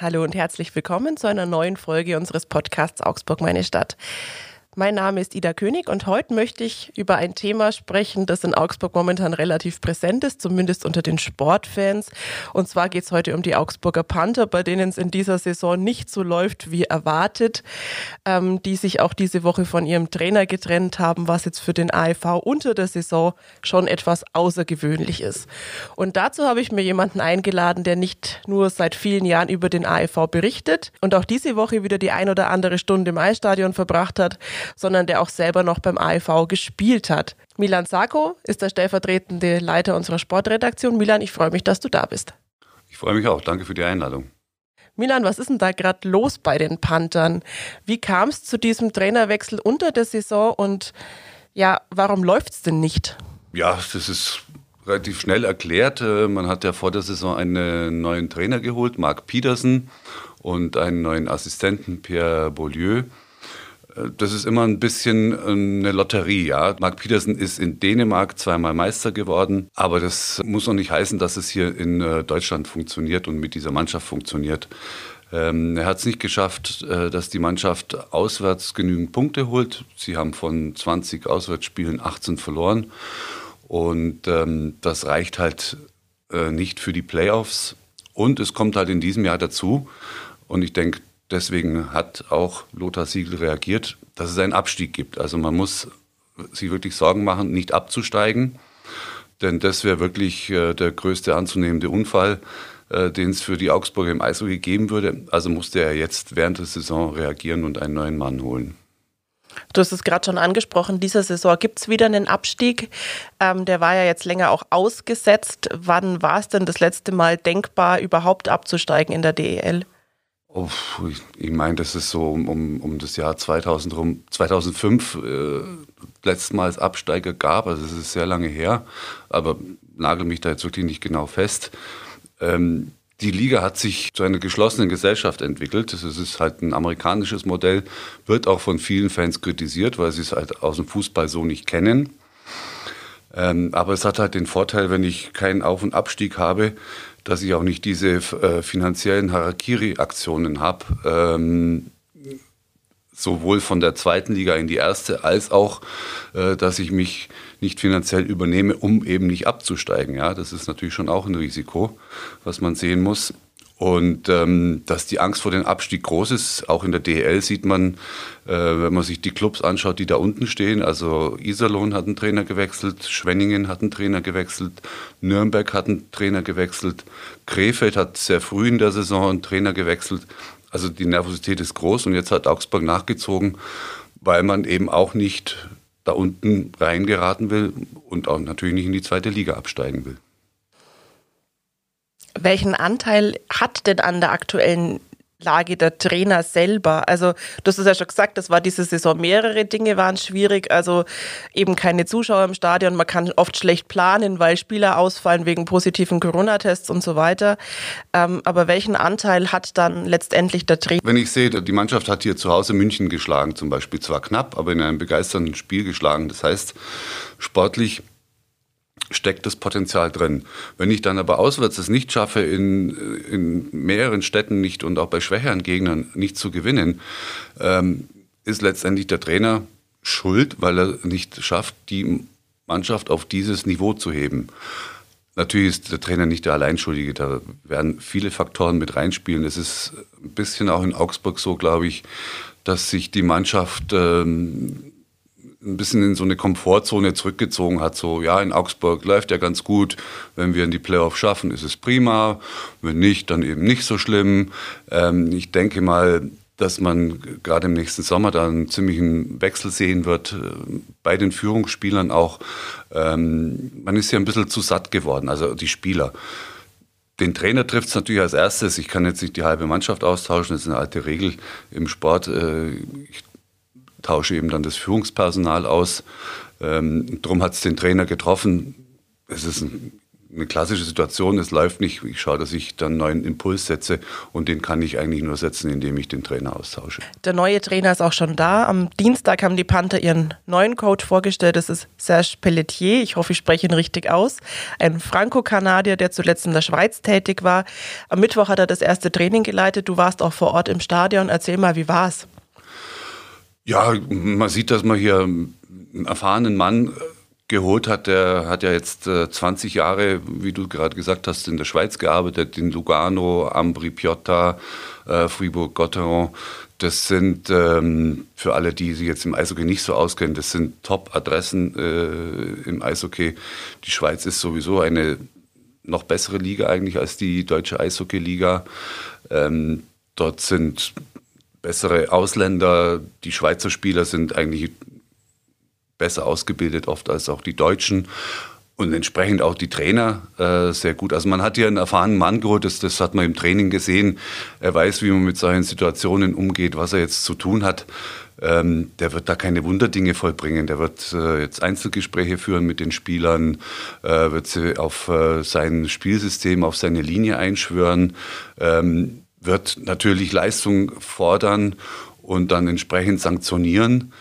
Hallo und herzlich willkommen zu einer neuen Folge unseres Podcasts Augsburg, meine Stadt. Mein Name ist Ida König und heute möchte ich über ein Thema sprechen, das in Augsburg momentan relativ präsent ist, zumindest unter den Sportfans. Und zwar geht es heute um die Augsburger Panther, bei denen es in dieser Saison nicht so läuft wie erwartet, die sich auch diese Woche von ihrem Trainer getrennt haben, was jetzt für den AEV unter der Saison schon etwas außergewöhnlich ist. Und dazu habe ich mir jemanden eingeladen, der nicht nur seit vielen Jahren über den AEV berichtet und auch diese Woche wieder die ein oder andere Stunde im Eisstadion verbracht hat, sondern der auch selber noch beim AEV gespielt hat. Milan Sako ist der stellvertretende Leiter unserer Sportredaktion. Milan, ich freue mich, dass du da bist. Ich freue mich auch. Danke für die Einladung. Milan, was ist denn da gerade los bei den Panthern? Wie kam es zu diesem Trainerwechsel unter der Saison und ja, warum läuft es denn nicht? Ja, das ist relativ schnell erklärt. Man hat ja vor der Saison einen neuen Trainer geholt, Marc Pietersen, und einen neuen Assistenten, Pierre Beaulieu. Das ist immer ein bisschen eine Lotterie, ja. Marc Pietersen ist in Dänemark zweimal Meister geworden, aber das muss noch nicht heißen, dass es hier in Deutschland funktioniert und mit dieser Mannschaft funktioniert. Er hat es nicht geschafft, dass die Mannschaft auswärts genügend Punkte holt. Sie haben von 20 Auswärtsspielen 18 verloren und das reicht halt nicht für die Playoffs. Und es kommt halt in diesem Jahr dazu, und ich denke, deswegen hat auch Lothar Siegel reagiert, dass es einen Abstieg gibt. Also man muss sich wirklich Sorgen machen, nicht abzusteigen, denn das wäre wirklich der größte anzunehmende Unfall, den es für die Augsburger im Eishockey geben würde. Also musste er jetzt während der Saison reagieren und einen neuen Mann holen. Du hast es gerade schon angesprochen, dieser Saison gibt es wieder einen Abstieg. Der war ja jetzt länger auch ausgesetzt. Wann war es denn das letzte Mal denkbar, überhaupt abzusteigen in der DEL? Ich meine, das ist so um das Jahr 2005 letztmals Absteiger gab, also das ist sehr lange her, aber nagel mich da jetzt wirklich nicht genau fest. Die Liga hat sich zu einer geschlossenen Gesellschaft entwickelt. Das ist halt ein amerikanisches Modell, wird auch von vielen Fans kritisiert, weil sie es halt aus dem Fußball so nicht kennen. Aber es hat halt den Vorteil, wenn ich keinen Auf- und Abstieg habe, dass ich auch nicht diese finanziellen Harakiri-Aktionen habe, sowohl von der zweiten Liga in die erste, als auch, dass ich mich nicht finanziell übernehme, um eben nicht abzusteigen. Ja, das ist natürlich schon auch ein Risiko, was man sehen muss. Und dass die Angst vor dem Abstieg groß ist, auch in der DEL sieht man, wenn man sich die Clubs anschaut, die da unten stehen. Also Iserlohn hat einen Trainer gewechselt, Schwenningen hat einen Trainer gewechselt, Nürnberg hat einen Trainer gewechselt, Krefeld hat sehr früh in der Saison einen Trainer gewechselt. Also die Nervosität ist groß und jetzt hat Augsburg nachgezogen, weil man eben auch nicht da unten reingeraten will und auch natürlich nicht in die zweite Liga absteigen will. Welchen Anteil hat denn an der aktuellen Lage der Trainer selber? Also du hast es ja schon gesagt, das war diese Saison, mehrere Dinge waren schwierig, also eben keine Zuschauer im Stadion, man kann oft schlecht planen, weil Spieler ausfallen wegen positiven Corona-Tests und so weiter. Aber welchen Anteil hat dann letztendlich der Trainer? Wenn ich sehe, die Mannschaft hat hier zu Hause München geschlagen zum Beispiel, zwar knapp, aber in einem begeisternden Spiel geschlagen. Das heißt, sportlich steckt das Potenzial drin. Wenn ich dann aber auswärts es nicht schaffe, in mehreren Städten nicht und auch bei schwächeren Gegnern nicht zu gewinnen, ist letztendlich der Trainer schuld, weil er nicht schafft, die Mannschaft auf dieses Niveau zu heben. Natürlich ist der Trainer nicht der Alleinschuldige, da werden viele Faktoren mit reinspielen. Es ist ein bisschen auch in Augsburg so, glaube ich, dass sich die Mannschaft ein bisschen in so eine Komfortzone zurückgezogen hat. So, ja, in Augsburg läuft ja ganz gut. Wenn wir in die Playoffs schaffen, ist es prima. Wenn nicht, dann eben nicht so schlimm. Ich denke mal, dass man gerade im nächsten Sommer da einen ziemlichen Wechsel sehen wird, bei den Führungsspielern auch. Man ist ja ein bisschen zu satt geworden, also die Spieler. Den Trainer trifft es natürlich als erstes. Ich kann jetzt nicht die halbe Mannschaft austauschen, das ist eine alte Regel im Sport. Ich tausche eben dann das Führungspersonal aus. Darum hat es den Trainer getroffen. Es ist ein eine klassische Situation, es läuft nicht, ich schaue, dass ich dann einen neuen Impuls setze und den kann ich eigentlich nur setzen, indem ich den Trainer austausche. Der neue Trainer ist auch schon da. Am Dienstag haben die Panther ihren neuen Coach vorgestellt. Das ist Serge Pelletier. Ich hoffe, ich spreche ihn richtig aus. Ein Franco-Kanadier, der zuletzt in der Schweiz tätig war. Am Mittwoch hat er das erste Training geleitet. Du warst auch vor Ort im Stadion. Erzähl mal, wie war's? Ja, man sieht, dass man hier einen erfahrenen Mann geholt hat. Der hat ja jetzt 20 Jahre, wie du gerade gesagt hast, in der Schweiz gearbeitet, in Lugano, Ambri Piotta, Fribourg-Gotteron. Das sind, für alle, die sich jetzt im Eishockey nicht so auskennen, das sind Top-Adressen im Eishockey. Die Schweiz ist sowieso eine noch bessere Liga eigentlich als die deutsche Eishockey-Liga. Dort sind bessere Ausländer. Die Schweizer Spieler sind eigentlich besser ausgebildet oft als auch die Deutschen und entsprechend auch die Trainer sehr gut. Also man hat hier einen erfahrenen Mann geholt, das hat man im Training gesehen. Er weiß, wie man mit solchen Situationen umgeht, was er jetzt zu tun hat. Der wird da keine Wunderdinge vollbringen. Der wird jetzt Einzelgespräche führen mit den Spielern, wird sie auf sein Spielsystem, auf seine Linie einschwören, wird natürlich Leistung fordern und dann entsprechend sanktionieren.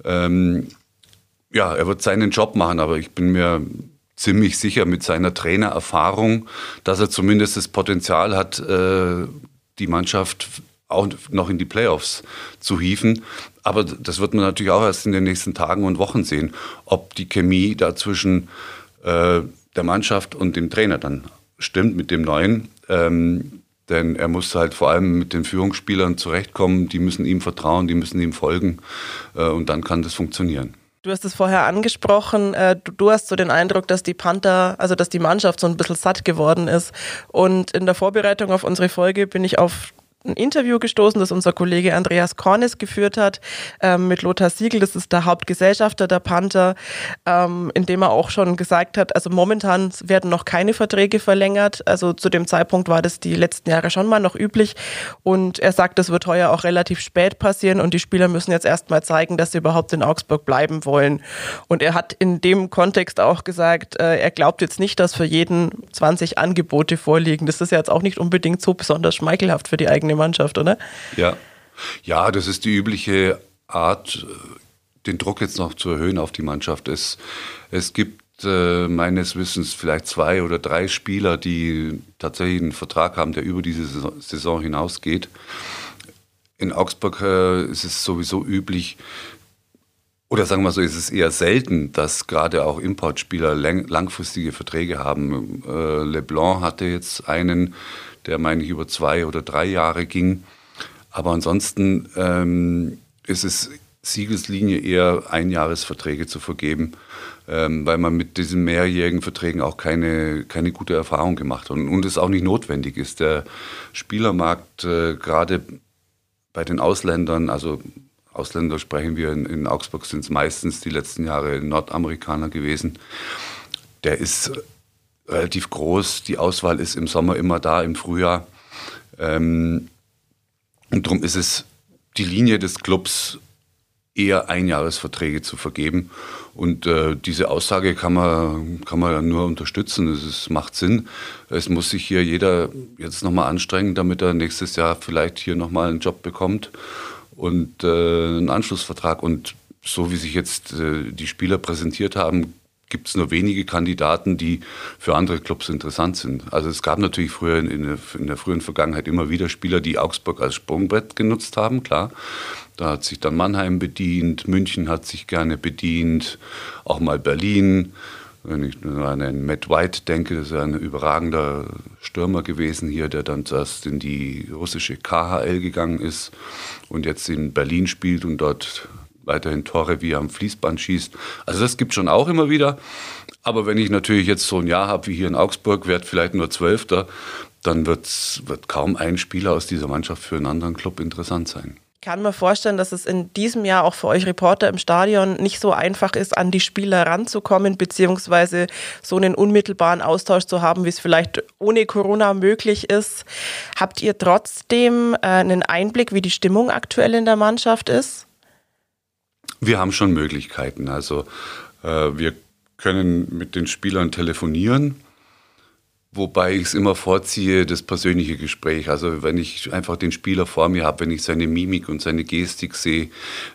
Ja, er wird seinen Job machen, aber ich bin mir ziemlich sicher mit seiner Trainererfahrung, dass er zumindest das Potenzial hat, die Mannschaft auch noch in die Playoffs zu hieven. Aber das wird man natürlich auch erst in den nächsten Tagen und Wochen sehen, ob die Chemie da zwischen der Mannschaft und dem Trainer dann stimmt mit dem Neuen. Denn er muss halt vor allem mit den Führungsspielern zurechtkommen, die müssen ihm vertrauen, die müssen ihm folgen und dann kann das funktionieren. Du hast es vorher angesprochen, du hast so den Eindruck, dass die Panther, also dass die Mannschaft so ein bisschen satt geworden ist. Und in der Vorbereitung auf unsere Folge bin ich auf ein Interview gestoßen, das unser Kollege Andreas Kornes geführt hat mit Lothar Siegel, das ist der Hauptgesellschafter der Panther, in dem er auch schon gesagt hat, also momentan werden noch keine Verträge verlängert, also zu dem Zeitpunkt war das die letzten Jahre schon mal noch üblich und er sagt, das wird heuer auch relativ spät passieren und die Spieler müssen jetzt erstmal zeigen, dass sie überhaupt in Augsburg bleiben wollen. Und er hat in dem Kontext auch gesagt, er glaubt jetzt nicht, dass für jeden 20 Angebote vorliegen. Das ist ja jetzt auch nicht unbedingt so besonders schmeichelhaft für die eigene Mannschaft, oder? Ja, das ist die übliche Art, den Druck jetzt noch zu erhöhen auf die Mannschaft. Es gibt meines Wissens vielleicht 2 oder 3 Spieler, die tatsächlich einen Vertrag haben, der über diese Saison hinausgeht. In Augsburg ist es sowieso üblich, oder sagen wir so, ist es eher selten, dass gerade auch Importspieler langfristige Verträge haben. LeBlanc hatte jetzt einen, der, meine ich, über 2 oder 3 Jahre ging. Aber ansonsten ist es Siegels Linie eher Einjahresverträge zu vergeben, weil man mit diesen mehrjährigen Verträgen auch keine gute Erfahrung gemacht hat und es auch nicht notwendig ist. Der Spielermarkt, gerade bei den Ausländern, also Ausländer sprechen wir, in Augsburg sind es meistens die letzten Jahre Nordamerikaner gewesen, der ist relativ groß. Die Auswahl ist im Sommer immer da, im Frühjahr. Und darum ist es die Linie des Clubs, eher Einjahresverträge zu vergeben. Und diese Aussage kann man ja nur unterstützen. Es macht Sinn. Es muss sich hier jeder jetzt nochmal anstrengen, damit er nächstes Jahr vielleicht hier nochmal einen Job bekommt und einen Anschlussvertrag. Und so wie sich jetzt die Spieler präsentiert haben, gibt es nur wenige Kandidaten, die für andere Clubs interessant sind. Also es gab natürlich früher in der frühen Vergangenheit immer wieder Spieler, die Augsburg als Sprungbrett genutzt haben, klar. Da hat sich dann Mannheim bedient, München hat sich gerne bedient, auch mal Berlin. Wenn ich nur an einen Matt White denke, das ist ein überragender Stürmer gewesen hier, der dann zuerst in die russische KHL gegangen ist und jetzt in Berlin spielt und dort weiterhin Tore wie am Fließband schießt. Also das gibt es schon auch immer wieder. Aber wenn ich natürlich jetzt so ein Jahr habe wie hier in Augsburg, werde vielleicht nur 12., dann wird kaum ein Spieler aus dieser Mannschaft für einen anderen Club interessant sein. Ich kann mir vorstellen, dass es in diesem Jahr auch für euch Reporter im Stadion nicht so einfach ist, an die Spieler ranzukommen, beziehungsweise so einen unmittelbaren Austausch zu haben, wie es vielleicht ohne Corona möglich ist. Habt ihr trotzdem einen Einblick, wie die Stimmung aktuell in der Mannschaft ist? Wir haben schon Möglichkeiten. Also wir können mit den Spielern telefonieren. Wobei ich es immer vorziehe, das persönliche Gespräch. Also wenn ich einfach den Spieler vor mir habe, wenn ich seine Mimik und seine Gestik sehe,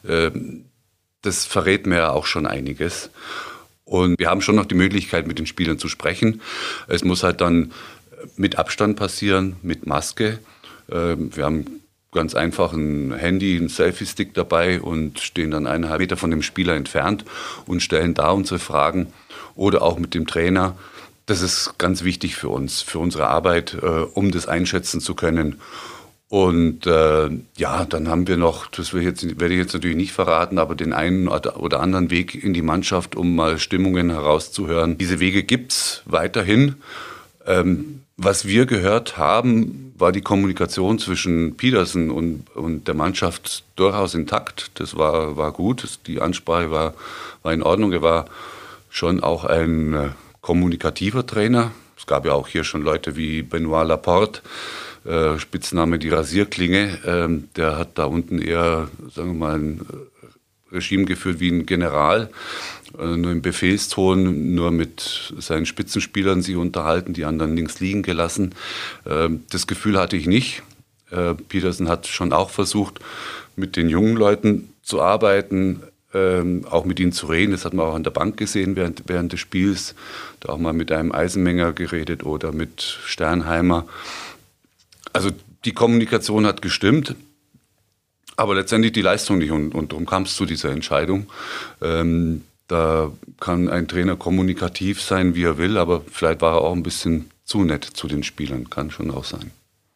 das verrät mir ja auch schon einiges. Und wir haben schon noch die Möglichkeit, mit den Spielern zu sprechen. Es muss halt dann mit Abstand passieren, mit Maske. Wir haben ganz einfach ein Handy, einen Selfie-Stick dabei und stehen dann 1,5 Meter von dem Spieler entfernt und stellen da unsere Fragen. Oder auch mit dem Trainer. Das ist ganz wichtig für uns, für unsere Arbeit, um das einschätzen zu können. Und dann haben wir noch, werde ich jetzt natürlich nicht verraten, aber den einen oder anderen Weg in die Mannschaft, um mal Stimmungen herauszuhören. Diese Wege gibt's weiterhin. Was wir gehört haben, war die Kommunikation zwischen Pietersen und der Mannschaft durchaus intakt. Das war gut, die Ansprache war in Ordnung. Er war schon auch ein kommunikativer Trainer. Es gab ja auch hier schon Leute wie Benoit Laporte, Spitzname die Rasierklinge. Der hat da unten eher, sagen wir mal, ein Regime geführt wie ein General, nur im Befehlston, nur mit seinen Spitzenspielern sich unterhalten, die anderen links liegen gelassen. Das Gefühl hatte ich nicht. Pietersen hat schon auch versucht, mit den jungen Leuten zu arbeiten, auch mit ihnen zu reden. Das hat man auch an der Bank gesehen während des Spiels. Da auch mal mit einem Eisenmenger geredet oder mit Sternheimer. Also die Kommunikation hat gestimmt, aber letztendlich die Leistung nicht. Und darum kam es zu dieser Entscheidung. Da kann ein Trainer kommunikativ sein, wie er will, aber vielleicht war er auch ein bisschen zu nett zu den Spielern. Kann schon auch sein.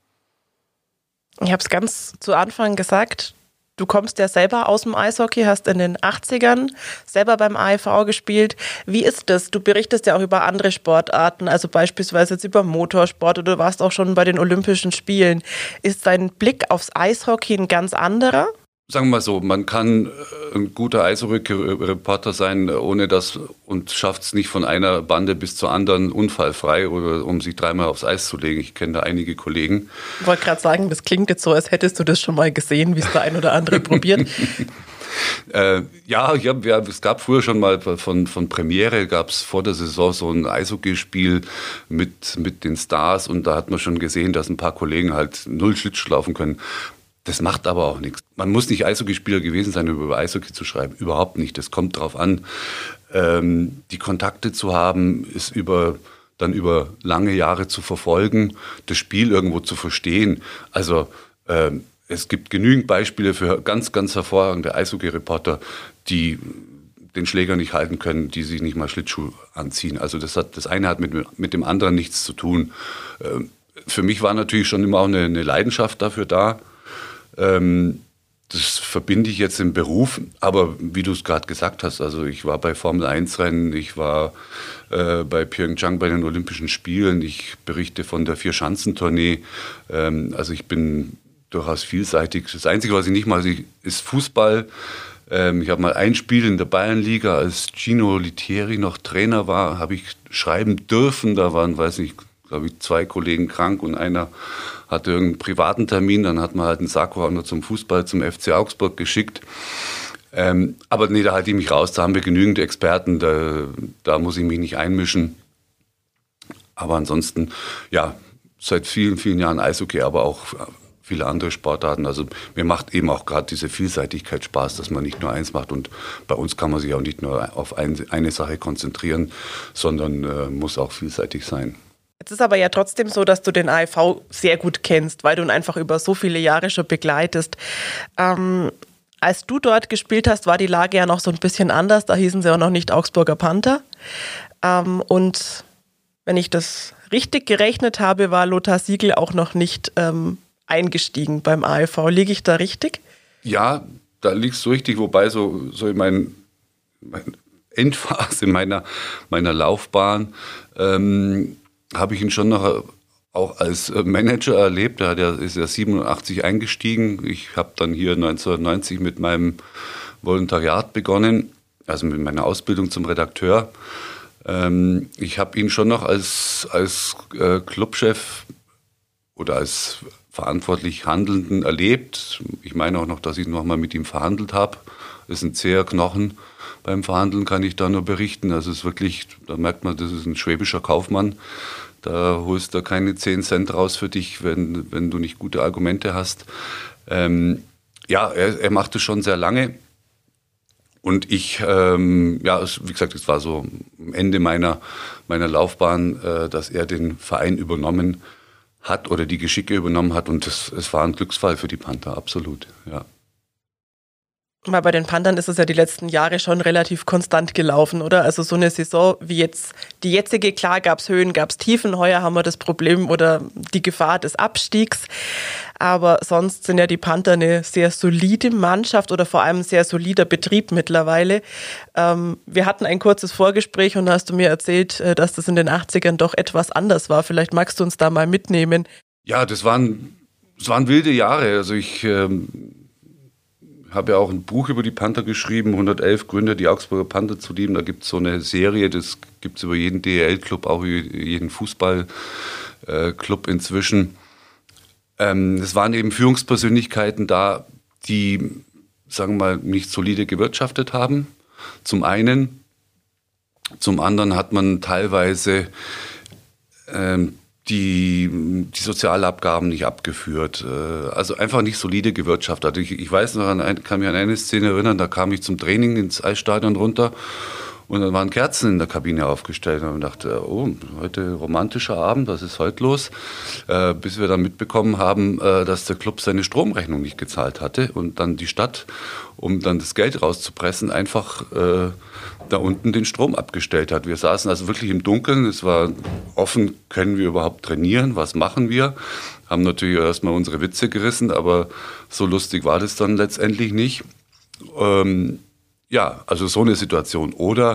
Ich habe es ganz zu Anfang gesagt, du kommst ja selber aus dem Eishockey, hast in den 80ern selber beim AEV gespielt. Wie ist das? Du berichtest ja auch über andere Sportarten, also beispielsweise jetzt über Motorsport oder du warst auch schon bei den Olympischen Spielen. Ist dein Blick aufs Eishockey ein ganz anderer? Sagen wir mal so, man kann ein guter Eishockey-Reporter sein, ohne das und schafft es nicht von einer Bande bis zur anderen unfallfrei oder um sich 3-mal aufs Eis zu legen. Ich kenne da einige Kollegen. Ich wollte gerade sagen, das klingt jetzt so, als hättest du das schon mal gesehen, wie es der ein oder andere probiert. Es gab früher schon mal von Premiere, gab es vor der Saison so ein Eishockeyspiel mit den Stars und da hat man schon gesehen, dass ein paar Kollegen halt 0 Schlittschuh laufen können. Das macht aber auch nichts. Man muss nicht Eishockeyspieler gewesen sein, um über Eishockey zu schreiben. Überhaupt nicht. Das kommt darauf an, die Kontakte zu haben, ist dann über lange Jahre zu verfolgen, das Spiel irgendwo zu verstehen. Also es gibt genügend Beispiele für ganz, ganz hervorragende Eishockey-Reporter, die den Schläger nicht halten können, die sich nicht mal Schlittschuh anziehen. Also das eine hat mit dem anderen nichts zu tun. Für mich war natürlich schon immer auch eine Leidenschaft dafür da. Das verbinde ich jetzt im Beruf, aber wie du es gerade gesagt hast, also ich war bei Formel-1-Rennen, ich war bei Pyeongchang bei den Olympischen Spielen, ich berichte von der Vierschanzentournee, also ich bin durchaus vielseitig. Das Einzige, was ich nicht mache, ist Fußball. Ich habe mal ein Spiel in der Bayernliga, als Gino Litieri noch Trainer war, habe ich schreiben dürfen, da waren, glaube ich, 2 Kollegen krank und einer hatte irgendeinen privaten Termin, dann hat man halt einen Sakko auch noch zum Fußball, zum FC Augsburg geschickt. Aber nee, da halte ich mich raus, da haben wir genügend Experten, da muss ich mich nicht einmischen. Aber ansonsten, ja, seit vielen, vielen Jahren Eishockey, aber auch viele andere Sportarten. Also mir macht eben auch gerade diese Vielseitigkeit Spaß, dass man nicht nur eins macht. Und bei uns kann man sich auch nicht nur auf eine Sache konzentrieren, sondern muss auch vielseitig sein. Jetzt ist aber ja trotzdem so, dass du den AEV sehr gut kennst, weil du ihn einfach über so viele Jahre schon begleitest. Als du dort gespielt hast, war die Lage ja noch so ein bisschen anders. Da hießen sie auch noch nicht Augsburger Panther. Und wenn ich das richtig gerechnet habe, war Lothar Siegel auch noch nicht eingestiegen beim AEV. Liege ich da richtig? Ja, da liegst du richtig, wobei so in meiner Endphase meiner Laufbahn habe ich ihn schon noch auch als Manager erlebt. Der ist ja 87 eingestiegen. Ich habe dann hier 1990 mit meinem Volontariat begonnen, also mit meiner Ausbildung zum Redakteur. Ich habe ihn schon noch als Clubchef oder als verantwortlich Handelnden erlebt. Ich meine auch noch, dass ich noch mal mit ihm verhandelt habe. Das ist ein zäher Knochen. Beim Verhandeln kann ich da nur berichten. Also es ist wirklich, da merkt man, das ist ein schwäbischer Kaufmann, Da holst du keine 10 Cent raus für dich, wenn du nicht gute Argumente hast. Er macht es schon sehr lange. Und ich, wie gesagt, es war so am Ende meiner Laufbahn, dass er den Verein übernommen hat oder die Geschicke übernommen hat. Und es war ein Glücksfall für die Panther, absolut, ja. Weil bei den Panthern ist es ja die letzten Jahre schon relativ konstant gelaufen, oder? Also so eine Saison wie jetzt, die jetzige, klar gab es Höhen, gab es Tiefen. Heuer haben wir das Problem oder die Gefahr des Abstiegs. Aber sonst sind ja die Panther eine sehr solide Mannschaft oder vor allem ein sehr solider Betrieb mittlerweile. Wir hatten ein kurzes Vorgespräch und da hast du mir erzählt, dass das in den 80ern doch etwas anders war. Vielleicht magst du uns da mal mitnehmen. Ja, das waren wilde Jahre. Also ich habe ja auch ein Buch über die Panther geschrieben, 111 Gründe, die Augsburger Panther zu lieben. Da gibt es so eine Serie, das gibt es über jeden DEL-Club, auch über jeden Fußballclub inzwischen. Es waren eben Führungspersönlichkeiten da, die, sagen wir mal, nicht solide gewirtschaftet haben, zum einen. Zum anderen hat man teilweise die Sozialabgaben nicht abgeführt, also einfach nicht solide gewirtschaftet. Ich weiß noch, kann mich an eine Szene erinnern, da kam ich zum Training ins Eisstadion runter und dann waren Kerzen in der Kabine aufgestellt und ich dachte, oh, heute romantischer Abend, was ist heute los? Bis wir dann mitbekommen haben, dass der Club seine Stromrechnung nicht gezahlt hatte und dann die Stadt, um dann das Geld rauszupressen, einfach da unten den Strom abgestellt hat. Wir saßen also wirklich im Dunkeln, es war offen, können wir überhaupt trainieren, was machen wir? Haben natürlich erstmal unsere Witze gerissen, aber so lustig war das dann letztendlich nicht. Also so eine Situation. Oder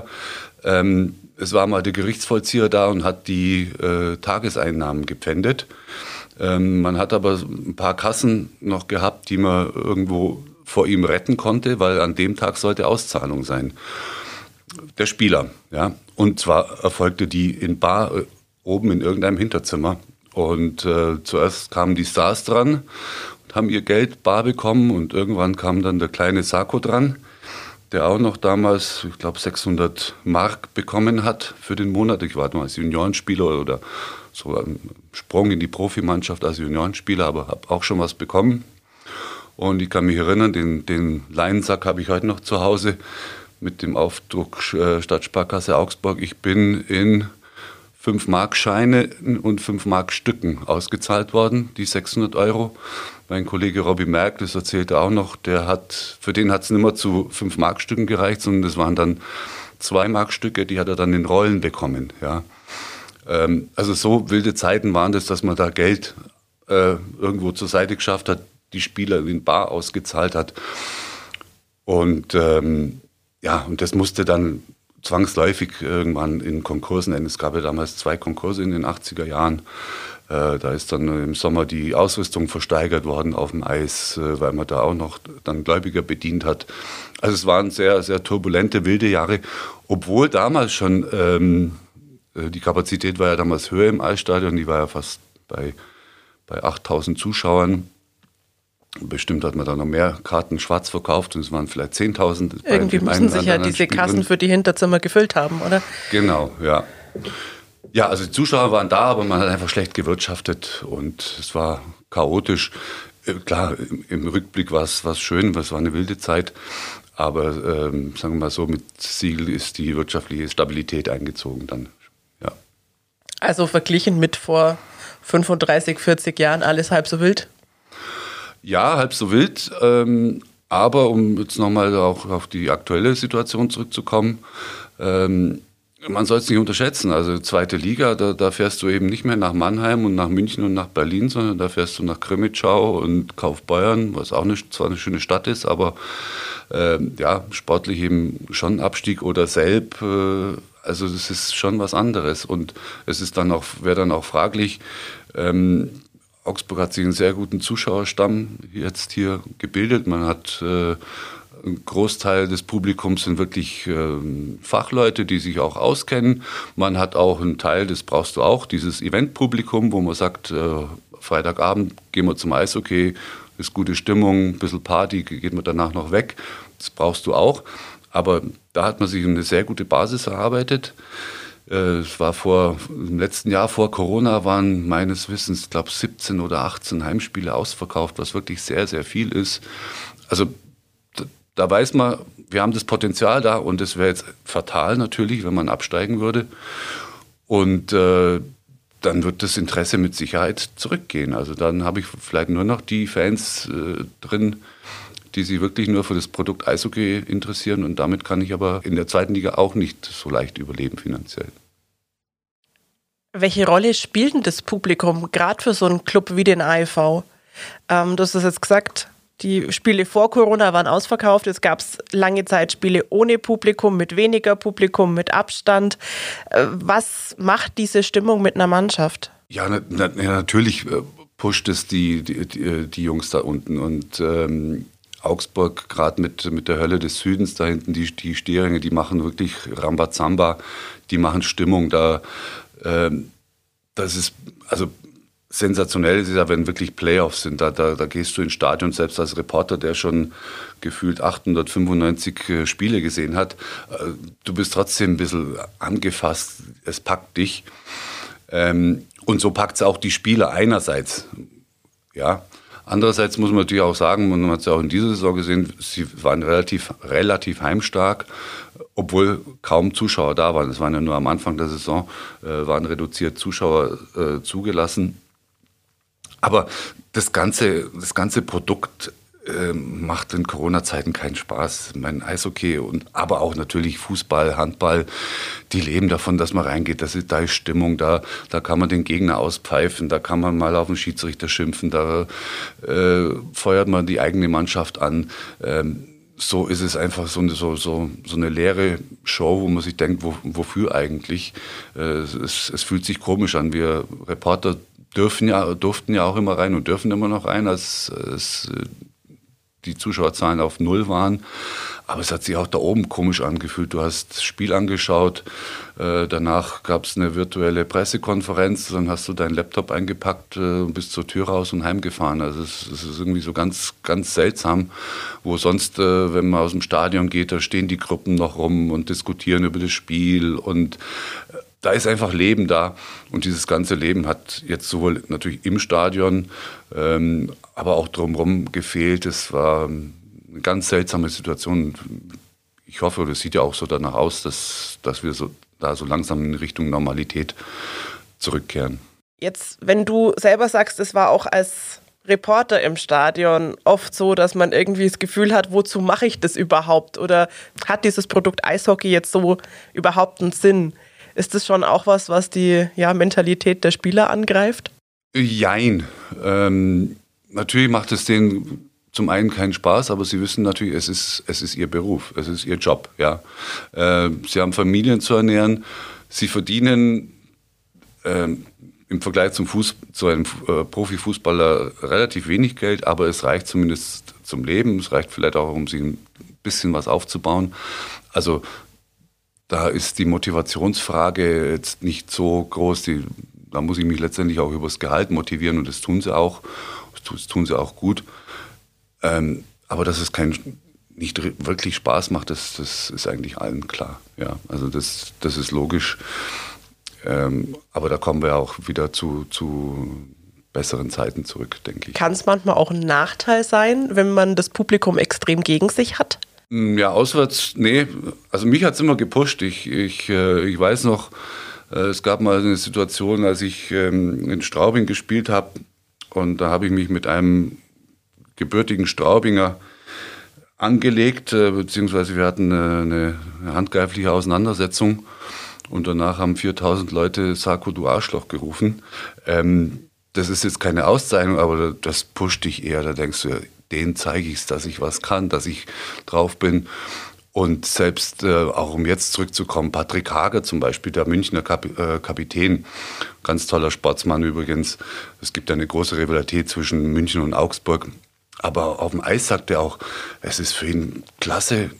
es war mal der Gerichtsvollzieher da und hat die Tageseinnahmen gepfändet. Man hat aber ein paar Kassen noch gehabt, die man irgendwo vor ihm retten konnte, weil an dem Tag sollte Auszahlung sein. Der Spieler, ja. Und zwar erfolgte die in Bar oben in irgendeinem Hinterzimmer. Und zuerst kamen die Stars dran und haben ihr Geld bar bekommen und irgendwann kam dann der kleine Sako dran, der auch noch damals, ich glaube, 600 Mark bekommen hat für den Monat. Ich war damals Juniorenspieler oder so ein Sprung in die Profimannschaft als Juniorenspieler, aber habe auch schon was bekommen. Und ich kann mich erinnern, den Leinensack habe ich heute noch zu Hause mit dem Aufdruck Stadtsparkasse Augsburg. Ich bin in 5-Mark-Scheine und 5-Mark-Stücken ausgezahlt worden, die 600 €. Mein Kollege Robby Merck, das erzählte auch noch, für den hat es nicht mehr zu 5-Mark-Stücken gereicht, sondern das waren dann 2-Mark-Stücke, die hat er dann in Rollen bekommen. Ja. Also so wilde Zeiten waren das, dass man da Geld irgendwo zur Seite geschafft hat, die Spieler in Bar ausgezahlt hat. Und und das musste dann zwangsläufig irgendwann in Konkursen enden. Es gab ja damals 2 Konkurse in den 80er Jahren. Da ist dann im Sommer die Ausrüstung versteigert worden auf dem Eis, weil man da auch noch dann Gläubiger bedient hat. Also es waren sehr, sehr turbulente, wilde Jahre, obwohl damals schon, die Kapazität war ja damals höher im Eisstadion, die war ja fast bei 8.000 Zuschauern. Bestimmt hat man da noch mehr Karten schwarz verkauft und es waren vielleicht 10.000. Irgendwie müssen sich ja diese Kassen für die Hinterzimmer gefüllt haben, oder? Genau, ja. Ja, also die Zuschauer waren da, aber man hat einfach schlecht gewirtschaftet und es war chaotisch. Klar, im Rückblick war es schön, es war eine wilde Zeit, aber sagen wir mal so, mit Siegel ist die wirtschaftliche Stabilität eingezogen dann, ja. Also verglichen mit vor 35, 40 Jahren alles halb so wild? Ja, halb so wild, aber um jetzt nochmal auch auf die aktuelle Situation zurückzukommen, man soll es nicht unterschätzen, also 2. Liga, da fährst du eben nicht mehr nach Mannheim und nach München und nach Berlin, sondern da fährst du nach Krimitschau und Kaufbeuern, was auch zwar eine schöne Stadt ist, aber sportlich eben schon Abstieg oder Selb, also das ist schon was anderes und es ist dann wäre dann auch fraglich, Augsburg hat sich einen sehr guten Zuschauerstamm jetzt hier gebildet. Man hat ein Großteil des Publikums sind wirklich Fachleute, die sich auch auskennen. Man hat auch einen Teil, das brauchst du auch, dieses Eventpublikum, wo man sagt, Freitagabend gehen wir zum Eishockey, ist gute Stimmung, ein bisschen Party, geht man danach noch weg. Das brauchst du auch. Aber da hat man sich eine sehr gute Basis erarbeitet. Es war im letzten Jahr vor Corona waren meines Wissens, ich glaube 17 oder 18 Heimspiele ausverkauft, was wirklich sehr, sehr viel ist. Also da weiß man, wir haben das Potenzial da und es wäre jetzt fatal natürlich, wenn man absteigen würde. Und dann wird das Interesse mit Sicherheit zurückgehen. Also dann habe ich vielleicht nur noch die Fans drin, die sich wirklich nur für das Produkt Eishockey interessieren. Und damit kann ich aber in der zweiten Liga auch nicht so leicht überleben finanziell. Welche Rolle spielt denn das Publikum, gerade für so einen Club wie den AEV? Du hast es jetzt gesagt, die Spiele vor Corona waren ausverkauft. Es gab lange Zeit Spiele ohne Publikum, mit weniger Publikum, mit Abstand. Was macht diese Stimmung mit einer Mannschaft? Ja, natürlich pusht es die Jungs da unten. Und Augsburg, gerade mit der Hölle des Südens, da hinten die Stehringe, die machen wirklich Rambazamba, die machen Stimmung da. Das ist, also sensationell ist ja, wenn wirklich Playoffs sind. Da gehst du ins Stadion, selbst als Reporter, der schon gefühlt 895 Spiele gesehen hat. Du bist trotzdem ein bisschen angefasst. Es packt dich. Und so packt es auch die Spieler einerseits. Ja. Andererseits muss man natürlich auch sagen, man hat es ja auch in dieser Saison gesehen, sie waren relativ heimstark, obwohl kaum Zuschauer da waren. Es waren ja nur am Anfang der Saison, waren reduziert Zuschauer zugelassen. Aber das ganze Produkt macht in Corona-Zeiten keinen Spaß. Mein Eishockey aber auch natürlich Fußball, Handball, die leben davon, dass man reingeht. Da ist Stimmung, da kann man den Gegner auspfeifen, da kann man mal auf den Schiedsrichter schimpfen, da feuert man die eigene Mannschaft an. So ist es einfach so eine leere Show, wo man sich denkt, wofür eigentlich? Es fühlt sich komisch an. Wir Reporter durften ja auch immer rein und dürfen immer noch rein, als die Zuschauerzahlen auf 0 waren. Aber es hat sich auch da oben komisch angefühlt. Du hast das Spiel angeschaut, danach gab es eine virtuelle Pressekonferenz, dann hast du deinen Laptop eingepackt und bist zur Tür raus und heimgefahren. Also es ist irgendwie so ganz, ganz seltsam, wo sonst, wenn man aus dem Stadion geht, da stehen die Gruppen noch rum und diskutieren über das Spiel und da ist einfach Leben da und dieses ganze Leben hat jetzt sowohl natürlich im Stadion, aber auch drumherum gefehlt. Es war eine ganz seltsame Situation. Ich hoffe, das sieht ja auch so danach aus, dass wir so langsam in Richtung Normalität zurückkehren. Jetzt, wenn du selber sagst, es war auch als Reporter im Stadion oft so, dass man irgendwie das Gefühl hat, wozu mache ich das überhaupt? Oder hat dieses Produkt Eishockey jetzt so überhaupt einen Sinn? Ist das schon auch was die Mentalität der Spieler angreift? Jein. Natürlich macht es denen zum einen keinen Spaß, aber sie wissen natürlich, es ist ihr Beruf, es ist ihr Job. Ja. Sie haben Familien zu ernähren, sie verdienen im Vergleich zu einem Profifußballer relativ wenig Geld, aber es reicht zumindest zum Leben, es reicht vielleicht auch, um sie ein bisschen was aufzubauen. Also da ist die Motivationsfrage jetzt nicht so groß. Da muss ich mich letztendlich auch übers Gehalt motivieren und das tun sie auch. Das tun sie auch gut. Aber dass es nicht wirklich Spaß macht, das ist eigentlich allen klar. Ja, also das ist logisch. Aber da kommen wir auch wieder zu besseren Zeiten zurück, denke ich. Kann es manchmal auch ein Nachteil sein, wenn man das Publikum extrem gegen sich hat? Ja, auswärts, nee. Also mich hat es immer gepusht. Ich weiß noch, es gab mal eine Situation, als ich in Straubing gespielt habe und da habe ich mich mit einem gebürtigen Straubinger angelegt, beziehungsweise wir hatten eine handgreifliche Auseinandersetzung und danach haben 4000 Leute Sako, du Arschloch gerufen. Das ist jetzt keine Auszeichnung, aber das pusht dich eher, da denkst du, denen zeige ich es, dass ich was kann, dass ich drauf bin. Und selbst, auch um jetzt zurückzukommen, Patrick Hager zum Beispiel, der Münchner Kapitän, ganz toller Sportsmann übrigens. Es gibt eine große Rivalität zwischen München und Augsburg. Aber auf dem Eis sagt er auch, es ist für ihn klasse,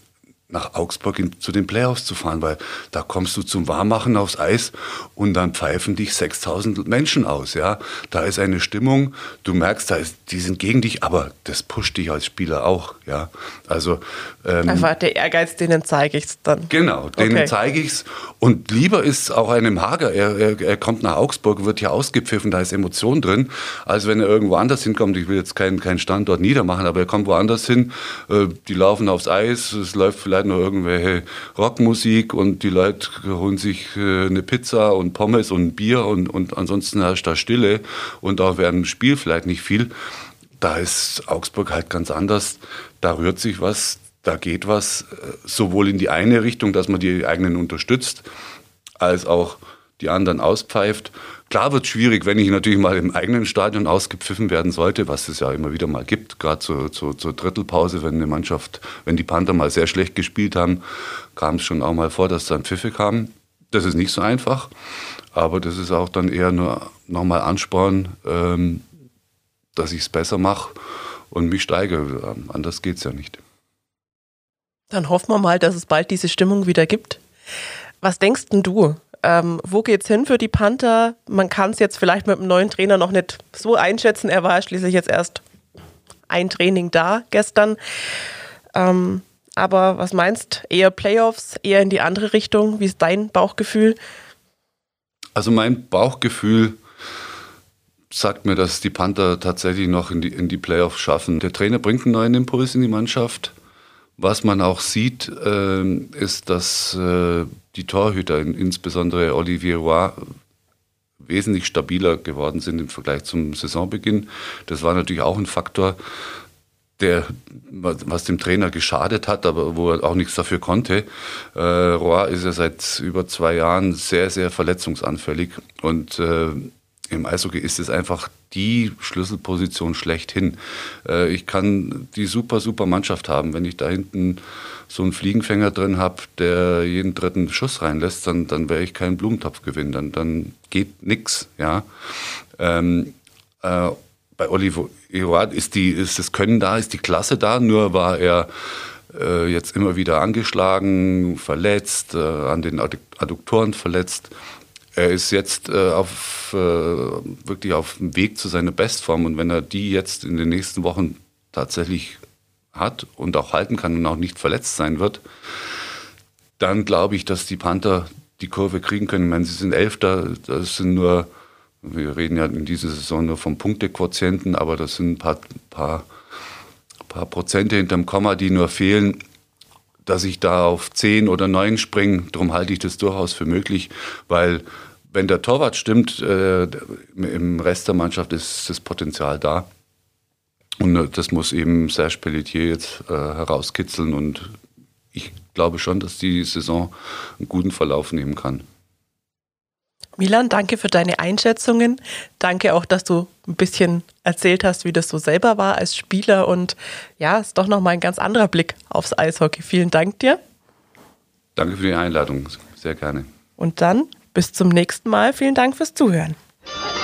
nach Augsburg zu den Playoffs zu fahren, weil da kommst du zum Warmmachen aufs Eis und dann pfeifen dich 6.000 Menschen aus. Ja? Da ist eine Stimmung, du merkst, die sind gegen dich, aber das pusht dich als Spieler auch. Ja? Also, einfach der Ehrgeiz, denen zeige ich es dann. Genau, denen zeige ich es. Und lieber ist auch einem Hager, er kommt nach Augsburg, wird hier ausgepfiffen, da ist Emotion drin, als wenn er irgendwo anders hinkommt. Ich will jetzt keinen Standort niedermachen, aber er kommt woanders hin, die laufen aufs Eis, es läuft vielleicht noch irgendwelche Rockmusik und die Leute holen sich eine Pizza und Pommes und ein Bier und ansonsten herrscht da Stille und auch während dem Spiel vielleicht nicht viel. Da ist Augsburg halt ganz anders, da rührt sich was, da geht was, sowohl in die eine Richtung, dass man die eigenen unterstützt, als auch die anderen auspfeift. Klar wird es schwierig, wenn ich natürlich mal im eigenen Stadion ausgepfiffen werden sollte, was es ja immer wieder mal gibt, gerade zur Drittelpause, wenn die Panther mal sehr schlecht gespielt haben, kam es schon auch mal vor, dass dann Pfiffe kamen. Das ist nicht so einfach, aber das ist auch dann eher nur nochmal Ansporn, dass ich es besser mache und mich steigere. Anders geht es ja nicht. Dann hoffen wir mal, dass es bald diese Stimmung wieder gibt. Was denkst denn du? Wo geht's hin für die Panther? Man kann es jetzt vielleicht mit dem neuen Trainer noch nicht so einschätzen. Er war schließlich jetzt erst ein Training da gestern. Aber was meinst du? Eher Playoffs, eher in die andere Richtung? Wie ist dein Bauchgefühl? Also mein Bauchgefühl sagt mir, dass die Panther tatsächlich noch in die Playoffs schaffen. Der Trainer bringt einen neuen Impuls in die Mannschaft. Was man auch sieht, ist, dass die Torhüter, insbesondere Olivier Roy, wesentlich stabiler geworden sind im Vergleich zum Saisonbeginn. Das war natürlich auch ein Faktor, was dem Trainer geschadet hat, aber wo er auch nichts dafür konnte. Roy ist ja seit über 2 Jahren sehr, sehr verletzungsanfällig und im Eishockey ist es einfach die Schlüsselposition schlechthin. Ich kann die super Mannschaft haben. Wenn ich da hinten so einen Fliegenfänger drin habe, der jeden dritten Schuss reinlässt, dann werde ich keinen Blumentopf gewinnen. Dann geht nichts. Ja. Bei Olivier Roy ist das Können da, ist die Klasse da, nur war er jetzt immer wieder angeschlagen, verletzt, an den Adduktoren verletzt. Er ist jetzt wirklich auf dem Weg zu seiner Bestform und wenn er die jetzt in den nächsten Wochen tatsächlich hat und auch halten kann und auch nicht verletzt sein wird, dann glaube ich, dass die Panther die Kurve kriegen können. Ich meine, sie sind 11. Das sind nur, wir reden ja in dieser Saison nur vom Punktequotienten, aber das sind ein paar Prozente hinterm Komma, die nur fehlen, dass ich da auf 10 oder 9 springe. Darum halte ich das durchaus für möglich, weil wenn der Torwart stimmt, im Rest der Mannschaft ist das Potenzial da. Und das muss eben Serge Pelletier jetzt herauskitzeln. Und ich glaube schon, dass die Saison einen guten Verlauf nehmen kann. Milan, danke für deine Einschätzungen. Danke auch, dass du ein bisschen erzählt hast, wie das so selber war als Spieler. Und ja, ist doch nochmal ein ganz anderer Blick aufs Eishockey. Vielen Dank dir. Danke für die Einladung. Sehr gerne. Und dann bis zum nächsten Mal. Vielen Dank fürs Zuhören.